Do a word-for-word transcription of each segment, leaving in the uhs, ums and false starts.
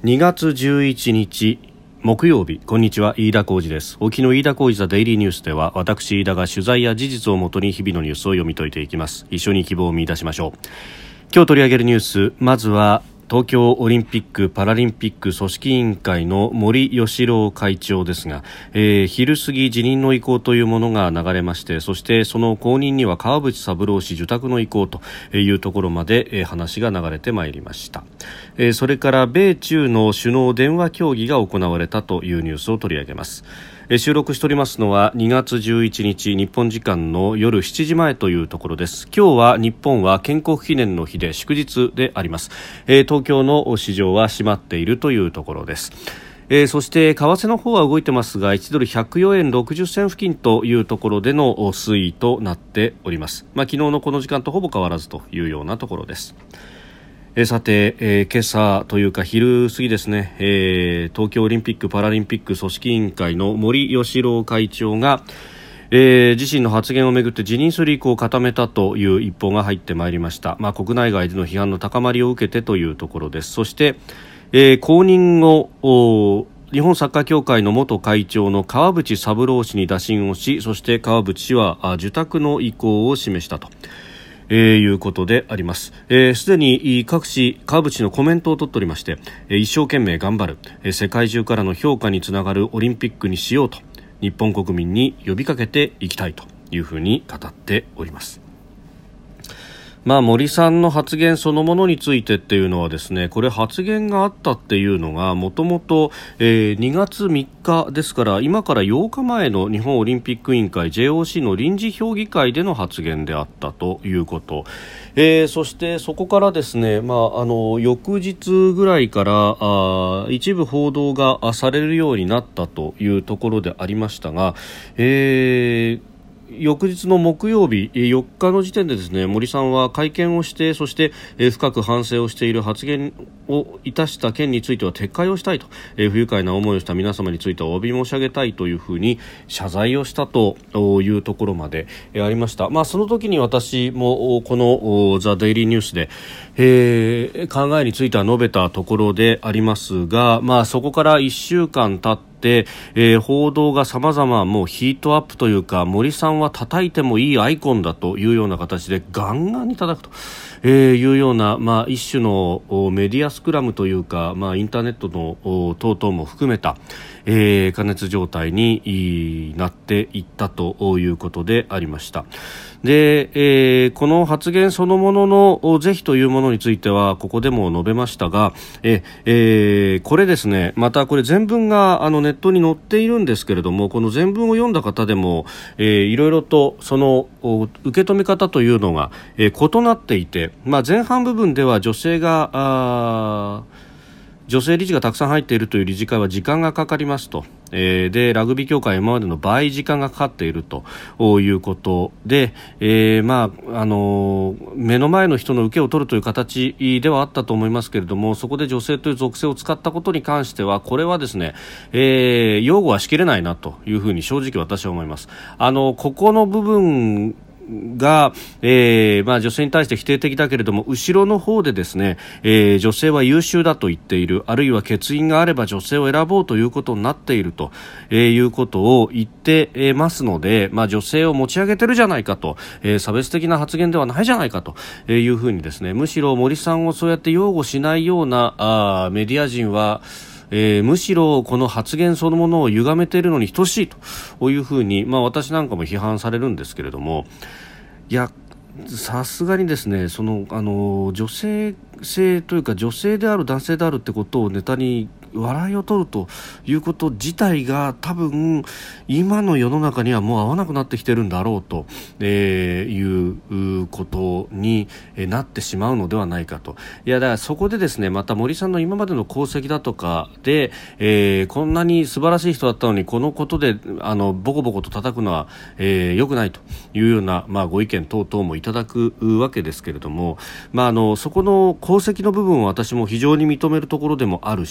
にがつじゅういちにち木曜日、こんにちは、飯田浩司です。沖の飯田浩司ザデイリーニュースでは、私飯田が取材や事実をもとに日々のニュースを読み解いていきます。一緒に希望を見出しましょう。今日取り上げるニュース、まずは東京オリンピック・パラリンピック組織委員会の森喜朗会長ですが、えー、昼過ぎ辞任の意向というものが流れまして、そしてその後任には川淵三郎氏受託の意向というところまで、えー、話が流れてまいりました。えー、それから米中の首脳電話協議が行われたというニュースを取り上げます。収録しておりますのはにがつじゅういちにち日本時間の夜しちじまえというところです。今日は日本は建国記念の日で祝日であります。えー、東京の市場は閉まっているというところです。えー、そして為替の方は動いてますが、いちドルひゃくよえんろくじゅっせん付近というところでの推移となっております。まあ、昨日のこの時間とほぼ変わらずというようなところです。えー、さて、えー、今朝というか昼過ぎですね、えー、東京オリンピック・パラリンピック組織委員会の森喜朗会長が、えー、自身の発言をめぐって辞任する意向を固めたという一報が入ってまいりました。まあ、国内外での批判の高まりを受けてというところです。そして、えー、後任を日本サッカー協会の元会長の川淵三郎氏に打診をし、そして川淵氏は受託の意向を示したとえー、いうことであります。す、えー、でに各紙川淵のコメントを取っておりまして、えー、一生懸命頑張る、えー、世界中からの評価につながるオリンピックにしようと日本国民に呼びかけていきたいというふうに語っております。まあ、森さんの発言そのものについてっていうのはですね、これ発言があったっていうのがもともとにがつみっかですから、今からようかまえの日本オリンピック委員会 ジェイオーシー の臨時評議会での発言であったということ、えー、そしてそこからですね、まあ、あの翌日ぐらいからあ一部報道がされるようになったというところでありましたが、えー翌日の木曜日よっかの時点でですね、森さんは会見をして、そして深く反省をしている、発言をいたした件については撤回をしたいと、不愉快な思いをした皆様についてはお詫び申し上げたいというふうに謝罪をしたというところまでありました。まあ、その時に私もこのザ・デイリーニュースで、えー、考えについては述べたところでありますが、まあ、そこからいっしゅうかん経ってでえー、報道が様々もうヒートアップというか、森さんは叩いてもいいアイコンだというような形でガンガンに叩くと、えー、いうような、まあ、一種のメディアスクラムというか、まあ、インターネットの等々も含めた、えー、過熱状態になっていったということでありました。で、えー、この発言そのものの是非というものについてはここでも述べましたが、ええー、これですね、またこれ全文があのネットに載っているんですけれども、この全文を読んだ方でも、えー、いろいろとその受け止め方というのが、えー、異なっていて、まあ、前半部分では女性があ女性理事がたくさん入っているという理事会は時間がかかりますと、えー、でラグビー協会は今までの倍時間がかかっているということで、えーまああのー、目の前の人の受けを取るという形ではあったと思いますけれども、そこで女性という属性を使ったことに関してはこれはですね、えー、擁護はしきれないなというふうに正直私は思います。あのここの部分が、えーまあ、女性に対して否定的だけれども、後ろの方でですね、えー、女性は優秀だと言っている、あるいは欠員があれば女性を選ぼうということになっていると、えー、いうことを言ってますので、まあ、女性を持ち上げてるじゃないかと、えー、差別的な発言ではないじゃないかというふうにですね、むしろ森さんをそうやって擁護しないようなあメディア人はえー、むしろこの発言そのものを歪めているのに等しいというふうに、まあ、私なんかも批判されるんですけれども、いやさすがにですね、そのあの女性性というか女性である男性であるってことをネタに笑いを取るということ自体が多分今の世の中にはもう合わなくなってきてるんだろうと、えー、いうことになってしまうのではないかと。いやだからそこでですね、また森さんの今までの功績だとかで、えー、こんなに素晴らしい人だったのにこのことであのボコボコと叩くのは、えー、良くないというような、まあ、ご意見等々もいただくわけですけれども、まあ、あのそこの功績の部分は私も非常に認めるところでもあるし、森さん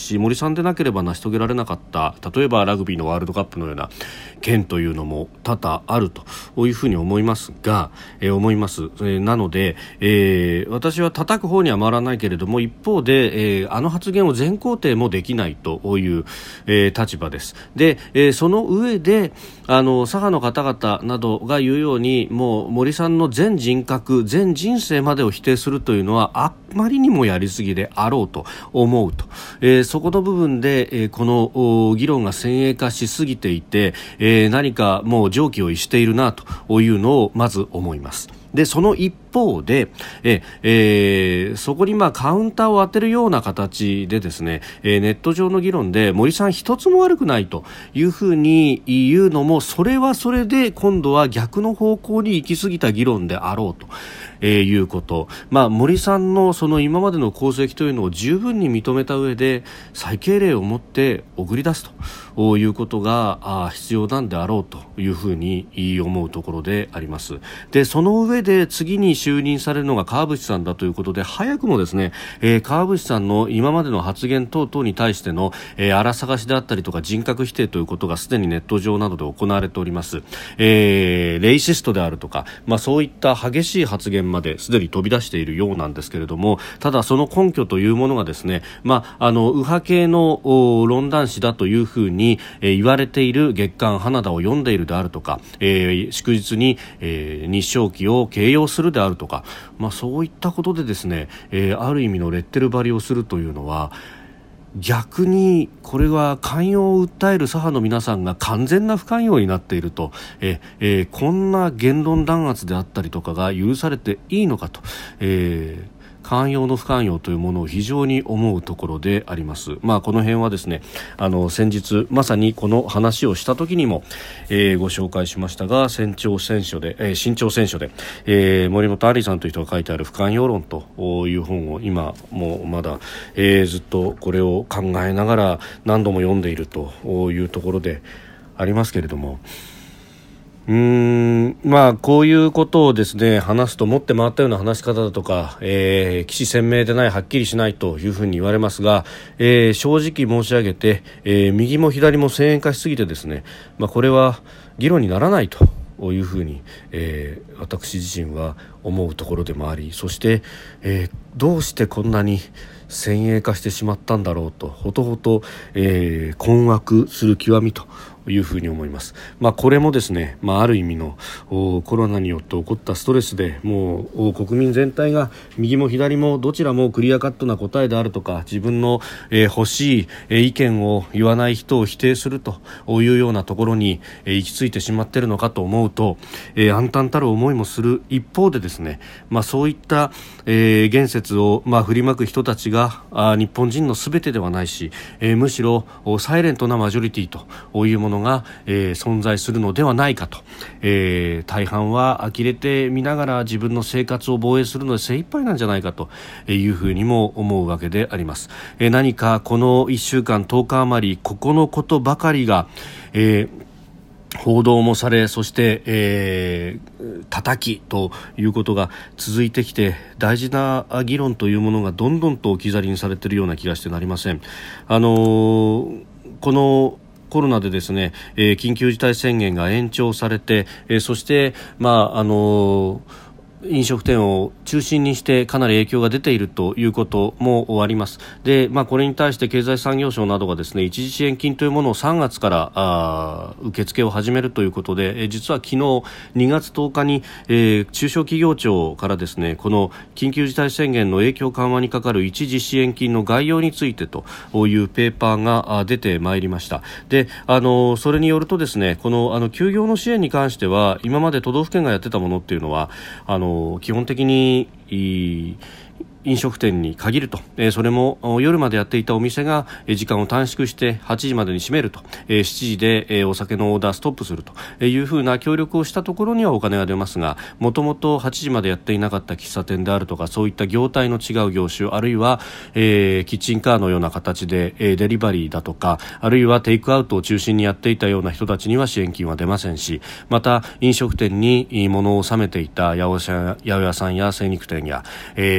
んでなければ成し遂げられなかった、例えばラグビーのワールドカップのような件というのも多々あるというふうに思いますが、えー、思います、えー、なので、えー、私は叩く方には回らないけれども、一方で、えー、あの発言を全肯定もできないという、えー、立場です。で、えー、その上であの左派の方々などが言うように、もう森さんの全人格全人生までを否定するというのはあまりにもやりすぎであろうと思うと、えー、そこの部分で、えー、この議論が先鋭化しすぎていて、えー、何かもう常軌を逸しているなというのをまず思います。でその一方でえ、えー、そこにまあカウンターを当てるような形でですね、えー、ネット上の議論で森さん一つも悪くないというふうに言うのも、それはそれで今度は逆の方向に行き過ぎた議論であろうと、えー、いうこと、まあ、森さんのその今までの功績というのを十分に認めた上で再敬礼をもって送り出すということが必要なんであろうというふうに思うところであります。でその上で次に就任されるのが川淵さんだということで、早くもですね、えー、川淵さんの今までの発言等々に対しての、えー、荒探しであったりとか人格否定ということがすでにネット上などで行われております。えー、レイシストであるとか、まあ、そういった激しい発言まですでに飛び出しているようなんですけれども、ただその根拠というものがですね、まあ、あの右派系の論壇師だというふうに、えー、言われている月刊花田を読んでいるであるとか、えー、祝日に、えー、日照旗を掲揚するであるとか、まあ、そういったことでですね、えー、ある意味のレッテル張りをするというのは、逆にこれは寛容を訴える左派の皆さんが完全な不寛容になっていると、ええー、こんな言論弾圧であったりとかが許されていいのかと、えー寛容の不寛容というものを非常に思うところであります。まあ、この辺はですね、あの先日まさにこの話をした時にも、えー、ご紹介しましたが、新潮選書で、えー、新潮選書で、えー、森本有さんという人が書いてある不寛容論という本を今もうまだ、えー、ずっとこれを考えながら何度も読んでいるというところでありますけれども、うーんまあ、こういうことをですね話すと持って回ったような話し方だとか、えー、起死鮮明でないはっきりしないというふうに言われますが、えー、正直申し上げて、えー、右も左も先鋭化しすぎてですね、まあ、これは議論にならないというふうに、えー、私自身は思うところでもあり、そして、えー、どうしてこんなに先鋭化してしまったんだろうとほとほと、えー、困惑する極みというふうに思います。まあ、これもですね、まあ、ある意味のコロナによって起こったストレスで、もう国民全体が右も左もどちらもクリアカットな答えであるとか、自分の、えー、欲しい、えー、意見を言わない人を否定するというようなところに、えー、行き着いてしまっているのかと思うと、えー、暗淡たる思いもする一方でですね、まあ、そういった、えー、言説を、まあ、振りまく人たちがあ日本人の全てではないし、えー、むしろサイレントなマジョリティというものが、えー、存在するのではないかと、えー、大半は呆れて見ながら自分の生活を防衛するので精一杯なんじゃないかというふうにも思うわけであります。えー、何かこのいっしゅうかんとおか余りここのことばかりが、えー報道もされ、そして、えー、叩きということが続いてきて、大事な議論というものがどんどんと置き去りにされているような気がしてなりません。あのー、このコロナでですね、えー、緊急事態宣言が延長されて、えー、そして、まああのー飲食店を中心にしてかなり影響が出ているということもあります。で、まあ、これに対して経済産業省などがですね、一時支援金というものをさんがつからあ受付を始めるということで、え実は昨日にがつとおかに、えー、中小企業庁からですね、この緊急事態宣言の影響緩和にかかる一時支援金の概要についてというペーパーが出てまいりました。で、あのそれによるとですね、このあの休業の支援に関しては今まで都道府県がやってたものっていうのはあの基本的に飲食店に限ると、えー、それも夜までやっていたお店が、えー、時間を短縮してはちじまでに閉めると、えー、しちじで、えー、お酒のオーダーストップするというふうな協力をしたところにはお金が出ますが、もともとはちじまでやっていなかった喫茶店であるとか、そういった業態の違う業種、あるいは、えー、キッチンカーのような形で、えー、デリバリーだとか、あるいはテイクアウトを中心にやっていたような人たちには支援金は出ませんし、また飲食店に物を納めていた八百屋さんや精肉店や、えー、と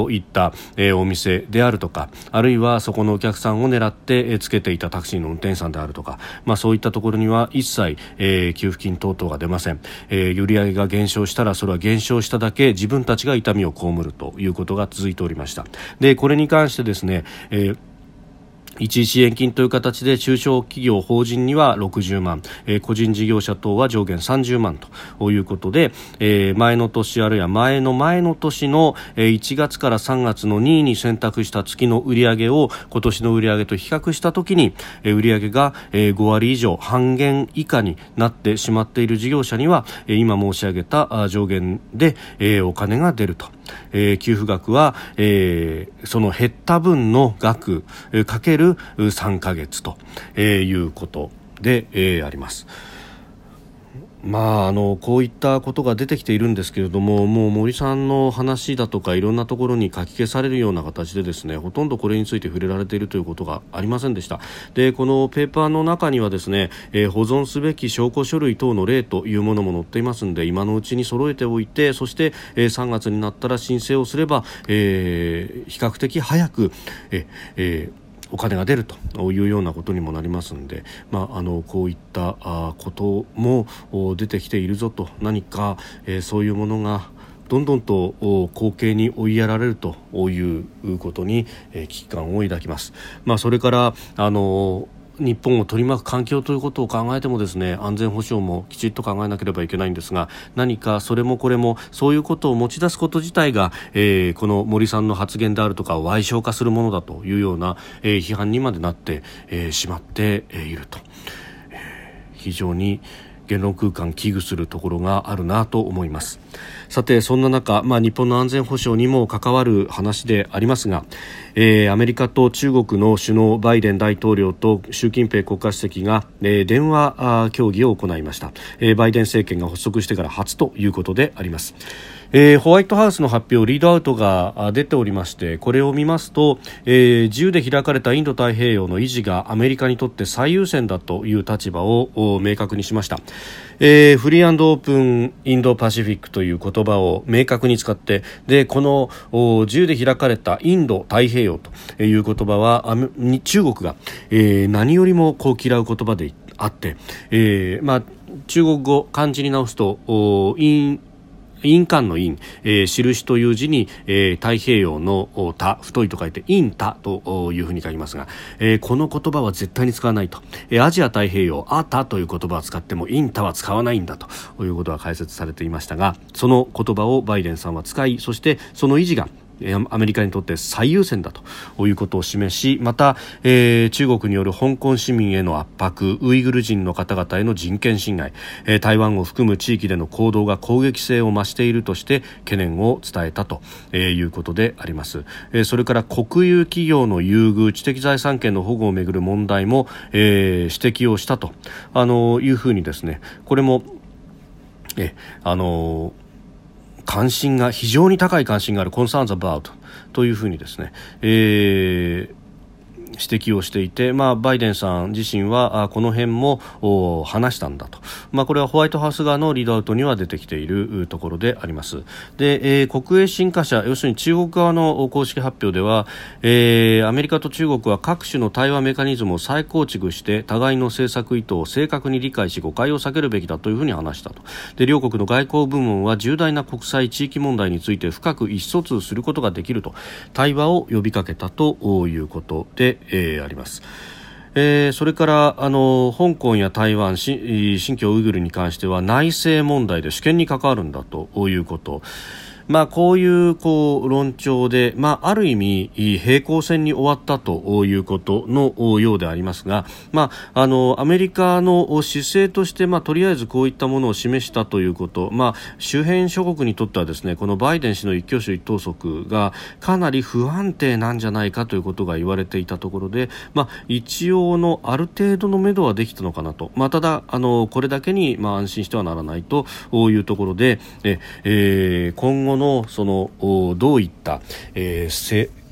といった、えー、お店であるとか、あるいはそこのお客さんを狙って、えー、つけていたタクシーの運転手さんであるとか、まあ、そういったところには一切、えー、給付金等々が出ません。えー、売上が減少したらそれは減少しただけ自分たちが痛みを被るということが続いておりました。でこれに関してですね、えー一時支援金という形で中小企業法人にはろくじゅうまん、えー、個人事業者等は上限さんじゅうまんということで、えー、前の年あるいは前の前の年のいちがつからさんがつのにいに選択した月の売上を今年の売上と比較したときに、えー、売上がごわり以上半減以下になってしまっている事業者には今申し上げた上限で、えー、お金が出ると。えー、給付額は、えー、その減った分の額、えー、かけるさんかげつと、えー、いうことで、えー、あります。まあ、あのこういったことが出てきているんですけれども、もう森さんの話だとかいろんなところに書き消されるような形でですね、ほとんどこれについて触れられているということがありませんでした。でこのペーパーの中にはですね、えー、保存すべき証拠書類等の例というものも載っていますので、今のうちに揃えておいて、そして、えー、さんがつになったら申請をすれば、えー、比較的早くえ、えーお金が出るというようなことにもなりますので、まあ、あのこういったあことも出てきているぞと、何か、えー、そういうものがどんどんと後継に追いやられるということに、えー、危機感を抱きます。まあ、それからあの日本を取り巻く環境ということを考えてもですね、安全保障もきちっと考えなければいけないんですが、何かそれもこれもそういうことを持ち出すこと自体が、えー、この森さんの発言であるとかを矮小化するものだというような、えー、批判にまでなって、えー、しまっていると、えー、非常に言論空間危惧するところがあるなと思います。さてそんな中、まあ、日本の安全保障にも関わる話でありますが、えー、アメリカと中国の首脳バイデン大統領と習近平国家主席が、えー、電話協議を行いました。えー、バイデン政権が発足してから初ということであります。えー、ホワイトハウスの発表リードアウトが出ておりまして、これを見ますと、えー、自由で開かれたインド太平洋の維持がアメリカにとって最優先だという立場を明確にしました。えー、フリー&オープンインドパシフィックという言葉を明確に使って、でこの自由で開かれたインド太平洋という言葉は中国が、えー、何よりもこう嫌う言葉であって、えーまあ、中国語漢字に直すとイン印鑑の印、えー、印という字に、えー、太平洋の太、太いと書いてインタというふうに書きますが、えー、この言葉は絶対に使わないと、えー、アジア太平洋アタという言葉を使ってもインタは使わないんだということが解説されていましたが、その言葉をバイデンさんは使い、そしてその維持がアメリカにとって最優先だということを示し、また、えー、中国による香港市民への圧迫、ウイグル人の方々への人権侵害、えー、台湾を含む地域での行動が攻撃性を増しているとして懸念を伝えたということであります。えー、それから国有企業の優遇、知的財産権の保護をめぐる問題も、えー、指摘をしたとあのいうふうにですね、これもえあの関心が非常に高い関心があるコンサーンズアバウトというふうにですね、えー指摘をしていて、まあ、バイデンさん自身はあこの辺も話したんだと、まあ、これはホワイトハウス側のリードアウトには出てきているところであります。で、えー、国営新華社、要するに中国側の公式発表では、えー、アメリカと中国は各種の対話メカニズムを再構築して互いの政策意図を正確に理解し誤解を避けるべきだというふうに話したと。で、両国の外交部門は重大な国際地域問題について深く意思疎通することができると対話を呼びかけたということでえー、あります。えー、それからあの香港や台湾、新疆ウイグルに関しては内政問題で主権に関わるんだということ、まあ、こういうこう論調で、まあ、ある意味平行線に終わったということのようでありますが、まあ、あのアメリカの姿勢として、まあ、とりあえずこういったものを示したということ、まあ、周辺諸国にとってはですね、このバイデン氏の一挙手一投足がかなり不安定なんじゃないかということが言われていたところで、まあ、一応のある程度の目処はできたのかなと、まあ、ただあのこれだけに、まあ、安心してはならないというところで、ええー、今後のそのどういった、えー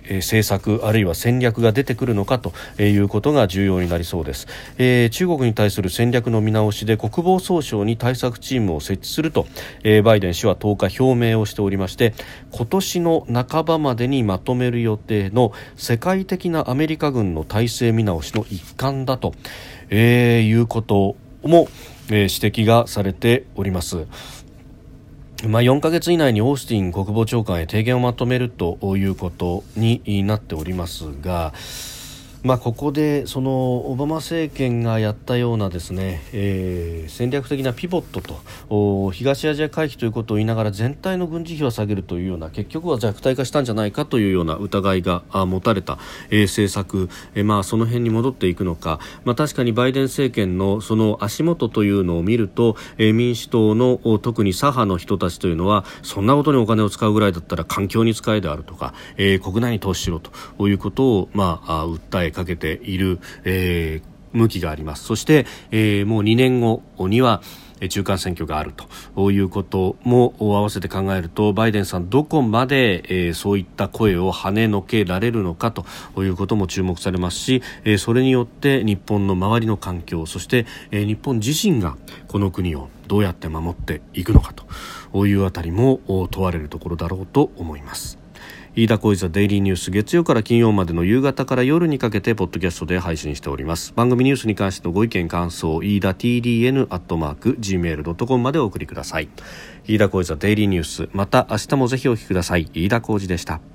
ー、政策あるいは戦略が出てくるのかということが重要になりそうです。えー、中国に対する戦略の見直しで国防総省に対策チームを設置すると、えー、バイデン氏はとおか表明をしておりまして、今年の半ばまでにまとめる予定の世界的なアメリカ軍の体制見直しの一環だと、えー、いうことも、えー、指摘がされております。まあ、よんかげつ以内にオースティン国防長官へ提言をまとめるということになっておりますが、まあ、ここでそのオバマ政権がやったようなですね、えー、戦略的なピボットと東アジア回帰ということを言いながら全体の軍事費を下げるというような、結局は弱体化したんじゃないかというような疑いが持たれた、えー、政策、えーまあ、その辺に戻っていくのか、まあ、確かにバイデン政権のその足元というのを見ると、えー、民主党の特に左派の人たちというのはそんなことにお金を使うぐらいだったら環境に使えであるとか、えー、国内に投資しろということを、まあ、訴えかけている、えー、向きがあります。そして、えー、もうにねんごには中間選挙があるということも合わせて考えると、バイデンさんどこまで、えー、そういった声を跳ねのけられるのかということも注目されますし、えー、それによって日本の周りの環境、そして、えー、日本自身がこの国をどうやって守っていくのかというあたりも問われるところだろうと思います。飯田浩司ザデイリーニュース、月曜から金曜までの夕方から夜にかけてポッドキャストで配信しております。番組ニュースに関してのご意見感想、飯田 ティーディーエヌ アットマーク ジーメール ドットコム までお送りください。飯田浩司ザデイリーニュース、また明日もぜひお聞きください。飯田浩司でした。